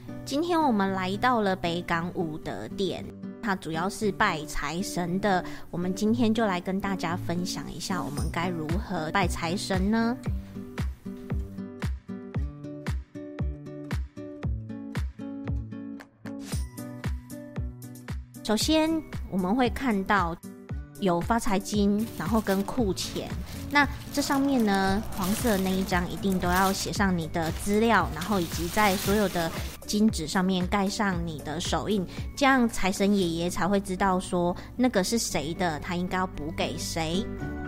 今天我们来到了北港武德殿，它主要是拜财神的。我们今天就来跟大家分享一下，我们该如何拜财神呢？首先，我们会看到有发财金，然后跟库钱。那这上面呢，黄色那一张一定都要写上你的资料，然后以及在所有的金纸上面盖上你的手印，这样财神爷爷才会知道说那个是谁的，他应该要补给谁。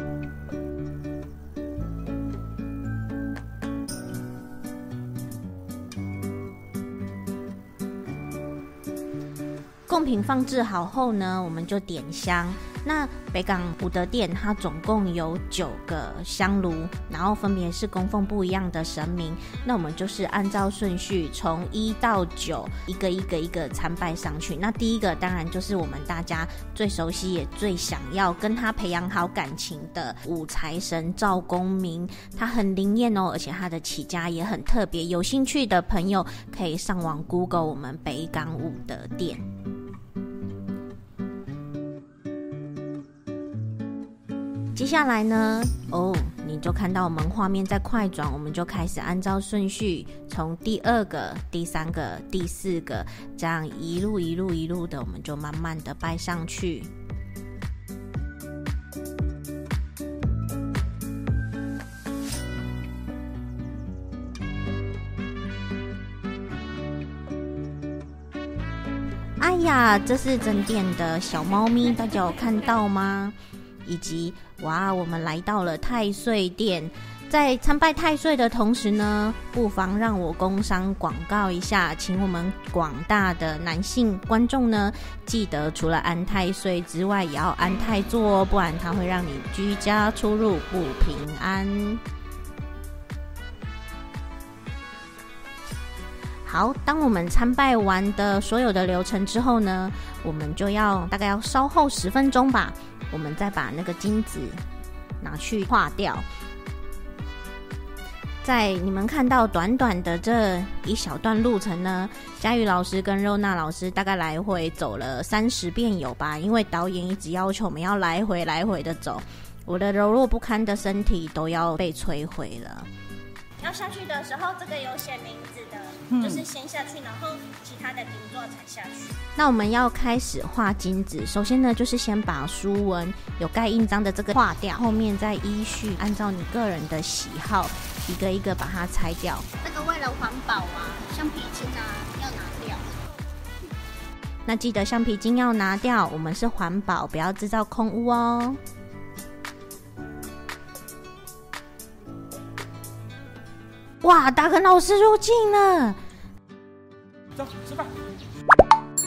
贡品放置好后呢，我们就点香。那北港武德殿它总共有9个香炉，然后分别是供奉不一样的神明。那我们就是按照顺序从1到9一个参拜上去。那第一个当然就是我们大家最熟悉也最想要跟他培养好感情的武财神赵公明，他很灵验哦，而且他的起家也很特别。有兴趣的朋友可以上网 Google 我们北港武德殿。接下来呢，你就看到我们画面在快转，我们就开始按照顺序，从第2个、第3个、第4个，这样一路的，我们就慢慢的拜上去。哎呀，这是正殿的小猫咪，大家有看到吗？以及我们来到了太岁殿，在参拜太岁的同时呢，不妨让我工商广告一下，请我们广大的男性观众呢，记得除了安太岁之外，也要安太座哦，不然它会让你居家出入不平安。好，当我们参拜完的所有的流程之后呢，我们就大概要稍后10分钟吧，我们再把那个金子拿去化掉。在你们看到短短的这一小段路程呢，佳宇老师跟肉娜老师大概来回走了30遍有吧，因为导演一直要求我们要来回的走，我的柔弱不堪的身体都要被摧毁了。要下去的时候，这个有写名字的，就是先下去，然后其他的顶座才下去。那我们要开始画金子，首先呢，就是先把书文有盖印章的这个画掉，后面再依序按照你个人的喜好，一个一个把它拆掉。 这个为了环保啊，橡皮筋啊要拿掉。 那记得橡皮筋要拿掉，我们是环保，不要制造空污哦。哇！大根老师入境了， 走吃饭。